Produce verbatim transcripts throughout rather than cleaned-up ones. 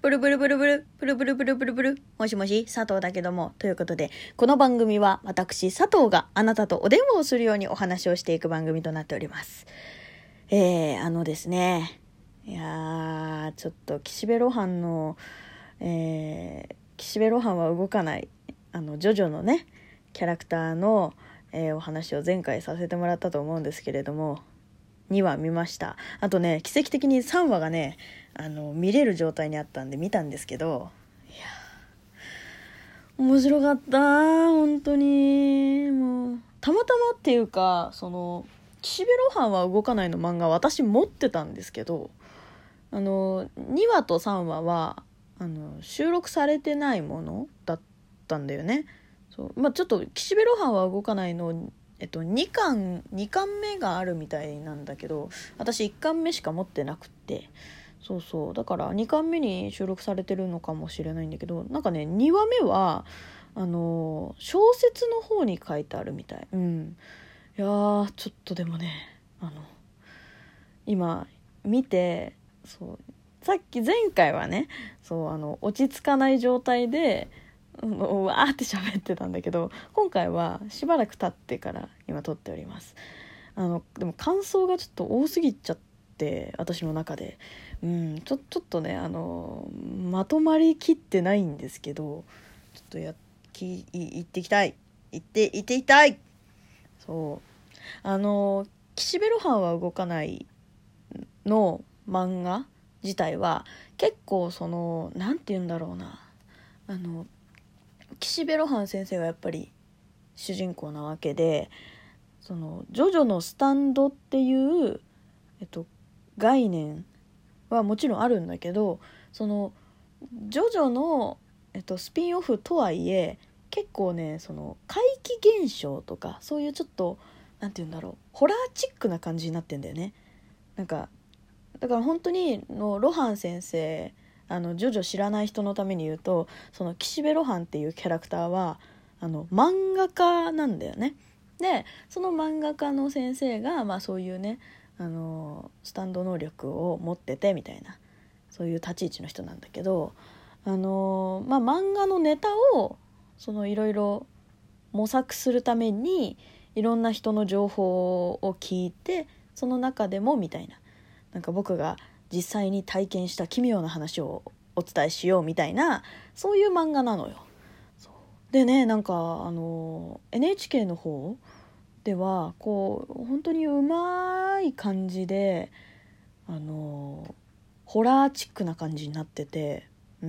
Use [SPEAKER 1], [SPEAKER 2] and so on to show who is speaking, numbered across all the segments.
[SPEAKER 1] ブルブルブルブルブルブルブルブルブル、もしもし佐藤だけども、ということでこの番組は私佐藤があなたとお電話をするようにお話をしていく番組となっております。えー、あのですねいやーちょっと岸辺露伴の、えー、岸辺露伴は動かないあのジョジョのねキャラクターの、えー、お話を前回させてもらったと思うんですけれども、にわ見ました。あとね奇跡的にさんわがねあの見れる状態にあったんで見たんですけど、いや面白かった本当に。もうたまたまっていうか、その岸辺露伴は動かないの漫画私持ってたんですけど、あのにわとさんわはあの収録されてないものだったんだよね。そう、まあ、ちょっと岸辺露伴は動かないの、えっと、にかんにかんめがあるみたいなんだけど、私いっかんめしか持ってなくって、そうそうだからにかんめに収録されてるのかもしれないんだけど、なんかねにわめはあの小説の方に書いてあるみたい。うんいやーちょっとでもねあの今見て、そうさっき前回はねそうあの落ち着かない状態でうわーって喋ってたんだけど、今回はしばらく経ってから今撮っております。あのでも感想がちょっと多すぎちゃって私の中で、うん、ちょ、ちょっとねあのまとまりきってないんですけど、ちょっとやき言っていきたい言って言っていきたい。そうあの岸辺露伴は動かないの漫画自体は結構そのなんて言うんだろうな、あの岸辺露伴先生がやっぱり主人公なわけで、そのジョジョのスタンドっていう、えっと、概念はもちろんあるんだけど、そのジョジョの、えっと、スピンオフとはいえ結構ねその怪奇現象とかそういうちょっとなんて言うんだろうホラーチックな感じになってんだよね。なんかだから本当にの露伴先生、あのジョジョ知らない人のために言うと、その岸辺露伴っていうキャラクターはあの漫画家なんだよね。でその漫画家の先生が、まあ、そういうねあのスタンド能力を持っててみたいな、そういう立ち位置の人なんだけど、あの、まあ、漫画のネタをそのいろいろ模索するためにいろんな人の情報を聞いて、その中でもみたいな、なんか僕が実際に体験した奇妙な話をお伝えしようみたいな、そういう漫画なのよ。そうでね、なんかあの エヌエイチケー の方ではこう本当にうまい感じであのホラーチックな感じになってて、うん、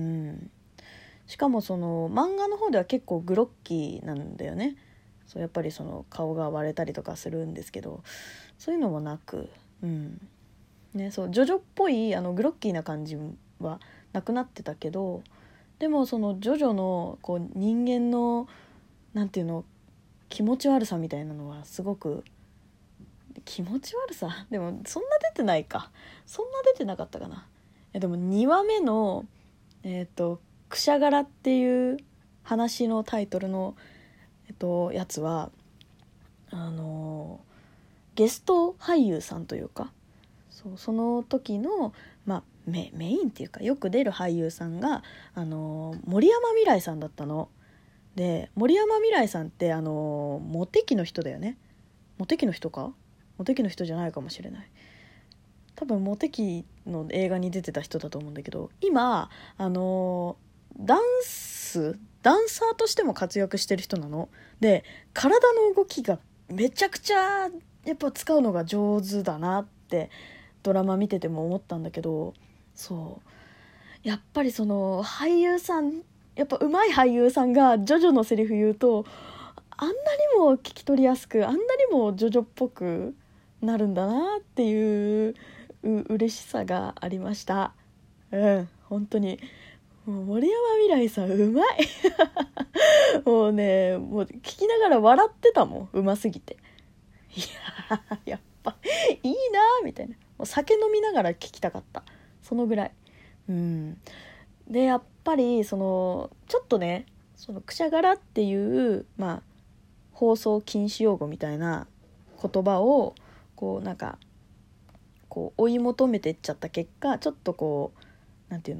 [SPEAKER 1] しかもその漫画の方では結構グロッキーなんだよね。そうやっぱりその顔が割れたりとかするんですけど、そういうのもなく、うんね、そうジョジョっぽいあのグロッキーな感じはなくなってたけど、でもそのジョジョのこう人間のなんていうの気持ち悪さみたいなのはすごく、気持ち悪さでもそんな出てないか、そんな出てなかったかな。えでもにわめのえっとくしゃがらっていう話のタイトルのえっとやつはあのゲスト俳優さんというか、そうその時の、まあ、メ, メインっていうかよく出る俳優さんが、あのー、森山未來さんだったので、森山未來さんって、あのー、モテ期の人だよね。モテ期の人かモテ期の人じゃないかもしれない。多分モテ期の映画に出てた人だと思うんだけど、今、あのー、ダンスダンサーとしても活躍してる人なので、体の動きがめちゃくちゃやっぱ使うのが上手だなってドラマ見てても思ったんだけど、そうやっぱりその俳優さん、やっぱ上手い俳優さんがジョジョのセリフ言うとあんなにも聞き取りやすく、あんなにもジョジョっぽくなるんだなっていうう嬉しさがありました。うん本当にもう森山未來さんうまいもうねもう聞きながら笑ってたもん、うますぎて。いややっぱいいなみたいな、もう酒飲みながら聞きたかった、そのぐらい。うんでやっぱりそのちょっとねそのくしゃがらっていうまあ放送禁止用語みたいな言葉をこうなんかこう追い求めてっちゃった結果、ちょっとこうなんていうの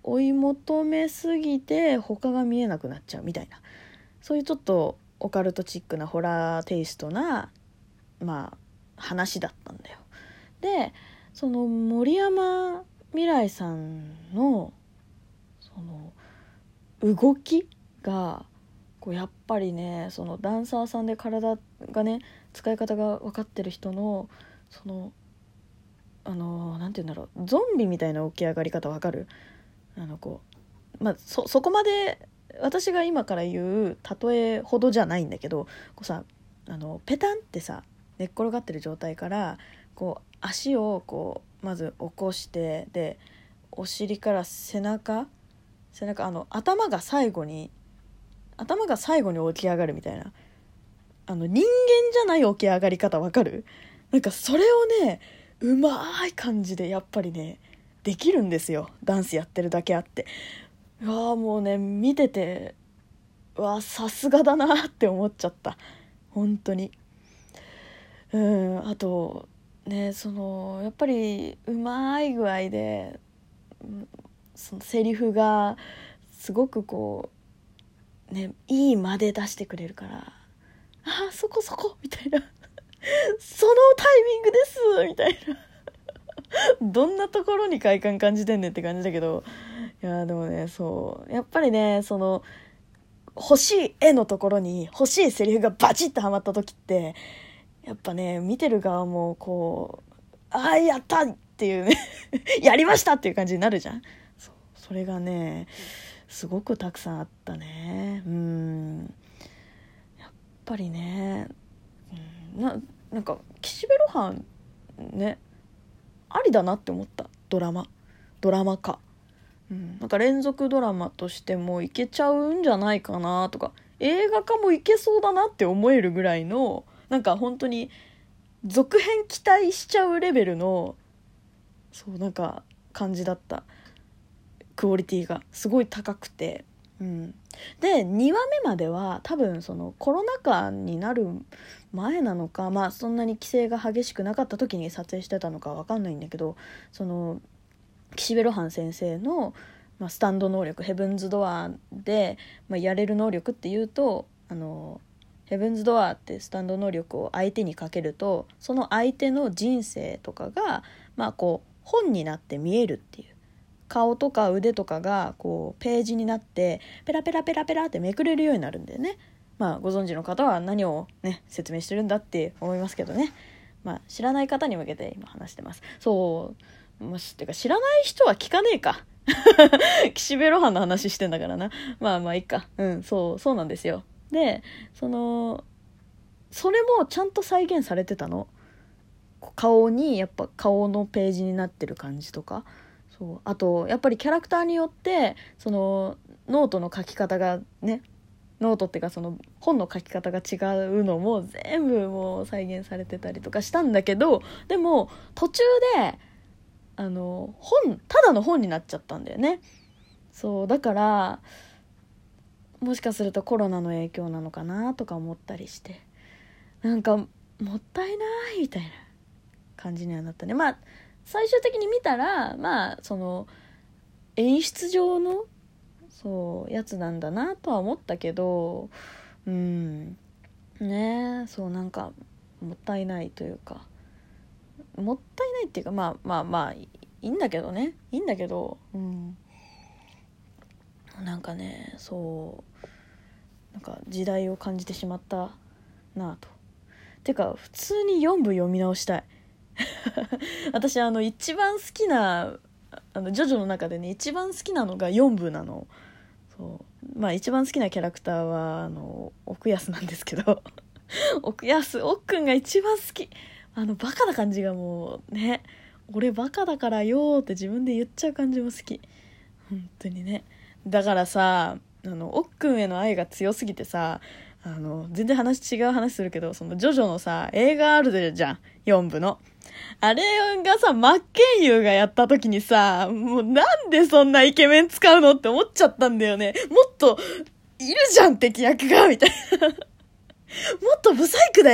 [SPEAKER 1] 追い求めすぎて他が見えなくなっちゃうみたいな、そういうちょっとオカルトチックなホラーテイストなまあ話だったんだよ。でその森山未來さんのその動きがこうやっぱりね、そのダンサーさんで体がね使い方が分かってる人のそのあのなんて言うんだろう、ゾンビみたいな起き上がり方分かる？あのこうまあ そ, そこまで私が今から言う例えほどじゃないんだけど、こうさあのペタンってさ寝っ転がってる状態からこう足をこうまず起こして、でお尻から背中背中あの頭が最後に頭が最後に起き上がるみたいな、あの人間じゃない起き上がり方わかる？なんかそれをねうまい感じでやっぱりねできるんですよ、ダンスやってるだけあって。うわーもうね見ててうわさすがだなって思っちゃった、本当に。うんあとねそのやっぱりうまい具合でそのセリフがすごくこうねいい間で出してくれるから、あそこそこみたいなそのタイミングですみたいなどんなところに快感感じてんねんって感じだけど、いやでもねそうやっぱりねその欲しい絵のところに欲しいセリフがバチッとはまった時ってやっぱね見てる側もこうああやったっていうねやりましたっていう感じになるじゃん。 そ, それがねすごくたくさんあったね。うんやっぱりね、うん、な, なんか岸辺露伴ねありだなって思った。ドラマドラマ化、うん、なんか連続ドラマとしてもいけちゃうんじゃないかなとか、映画化もいけそうだなって思えるぐらいのなんか本当に続編期待しちゃうレベルのそうなんか感じだった。クオリティがすごい高くて、うん、でにわめまでは多分そのコロナ禍になる前なのか、まあそんなに規制が激しくなかった時に撮影してたのかわかんないんだけど、その岸辺露伴先生の、まあ、スタンド能力ヘブンズドアーで、まあ、やれる能力っていうとあのヘブンズドアーってスタンド能力を相手にかけるとその相手の人生とかがまあこう本になって見えるっていう、顔とか腕とかがこうページになってペラペラペラペラってめくれるようになるんだよね。まあご存知の方は何をね説明してるんだって思いますけどね、まあ知らない方に向けて今話してます。そうもしてか知らない人は聞かねえか岸辺露伴の話してんだからな。まあまあいいか。うんそうそうなんですよ。でそのそれもちゃんと再現されてたの。顔にやっぱ顔のページになってる感じとか、そうあとやっぱりキャラクターによってそのノートの書き方がね、ノートっていうかその本の書き方が違うのも全部もう再現されてたりとかしたんだけど、でも途中であの本ただの本になっちゃったんだよね。そうだからもしかするとコロナの影響なのかなとか思ったりして、なんかもったいないみたいな感じにはなったね。まあ最終的に見たらまあその演出上のそうやつなんだなとは思ったけど、うんねそうなんかもったいないというか、もったいないっていうかまあまあまあいいんだけどねいいんだけど、うんなんかねそうなんか時代を感じてしまったなぁと。てか普通によんぶ読み直したい私あの一番好きなあのジョジョの中でね一番好きなのがよんぶなの。そうまあ一番好きなキャラクターはあの奥安なんですけど奥安奥くんが一番好き。あのバカな感じがもうね、俺バカだからよって自分で言っちゃう感じも好き本当にね。だからさあの奥くんへの愛が強すぎてさ、あの全然話違う話するけど、そのジョジョのさ映画あるじゃんよんぶのあれがさ真剣佑がやった時にさ、もうなんでそんなイケメン使うのって思っちゃったんだよね。もっといるじゃん敵役がみたいなもっとブサイクだよ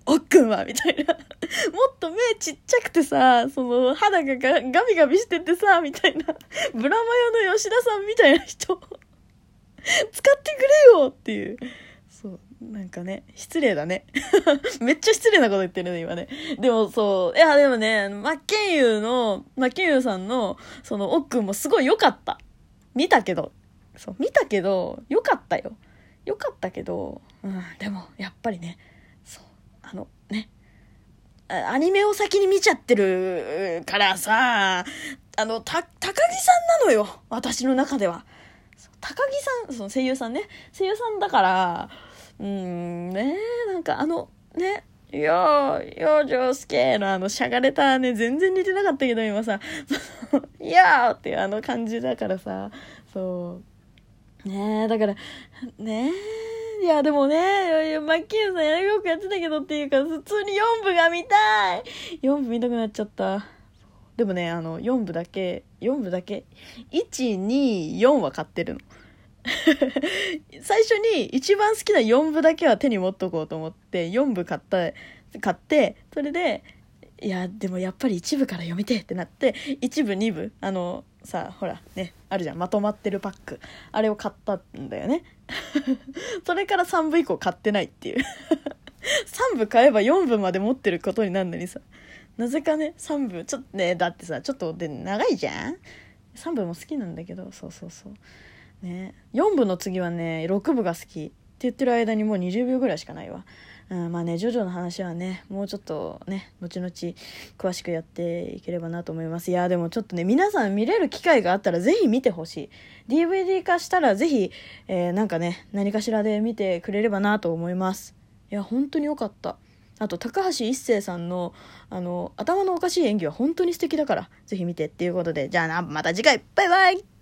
[SPEAKER 1] おっくんはみたいな。もっと目ちっちゃくてさ、その肌がガガビガビしててさ、みたいな。ブラマヨの吉田さんみたいな人、使ってくれよっていう。そう。なんかね、失礼だね。めっちゃ失礼なこと言ってるね、今ね。でもそう、いや、でもね、マッケンユーの、マッケンユーさんの、その、おっくんもすごい良かった。見たけど。そう、見たけど、良かったよ。良かったけど、うん、でも、やっぱりね、そう、あの、ね、アニメを先に見ちゃってるからさ、あの、た、高木さんなのよ。私の中では。高木さん、その声優さんね。声優さんだから、うーん、ねなんかあの、ね、いやー、よー、ジョースケのあの、しゃがれたね、全然似てなかったけど、今さ、いやーっていうあの感じだからさ、そう。ねえ、だから、ねえ、いや、でもね、マッキンさんやよくやってたけどっていうか、普通によんぶが見たい !よん 部見たくなっちゃった。でもね、あの、よんぶだけ、よんぶだけ、いち、に、よんは買ってるの。最初に一番好きなよんぶだけは手に持っとこうと思ってよんぶ買った買ってそれでいやでもやっぱりいちぶから読みてってなっていちぶにぶあのさほらねあるじゃんまとまってるパックあれを買ったんだよね。それからさんぶ以降買ってないっていうさんぶ買えばよんぶまで持ってることになるのにさなぜかねさんぶちょっとねだってさちょっとで長いじゃんさんぶも好きなんだけどそうそうそうね、よんぶの次はねろくぶが好きって言ってる間にもうにじゅうびょうぐらいしかないわ、うん、まあねジョジョの話はねもうちょっとね後々詳しくやっていければなと思います。いやでもちょっとね皆さん見れる機会があったらぜひ見てほしい ディーブイディー 化したらぜひ、えー、なんかね何かしらで見てくれればなと思います。いや本当に良かった。あと高橋一生さんのあの頭のおかしい演技は本当に素敵だからぜひ見てっていうことでじゃあなまた次回バイバイ。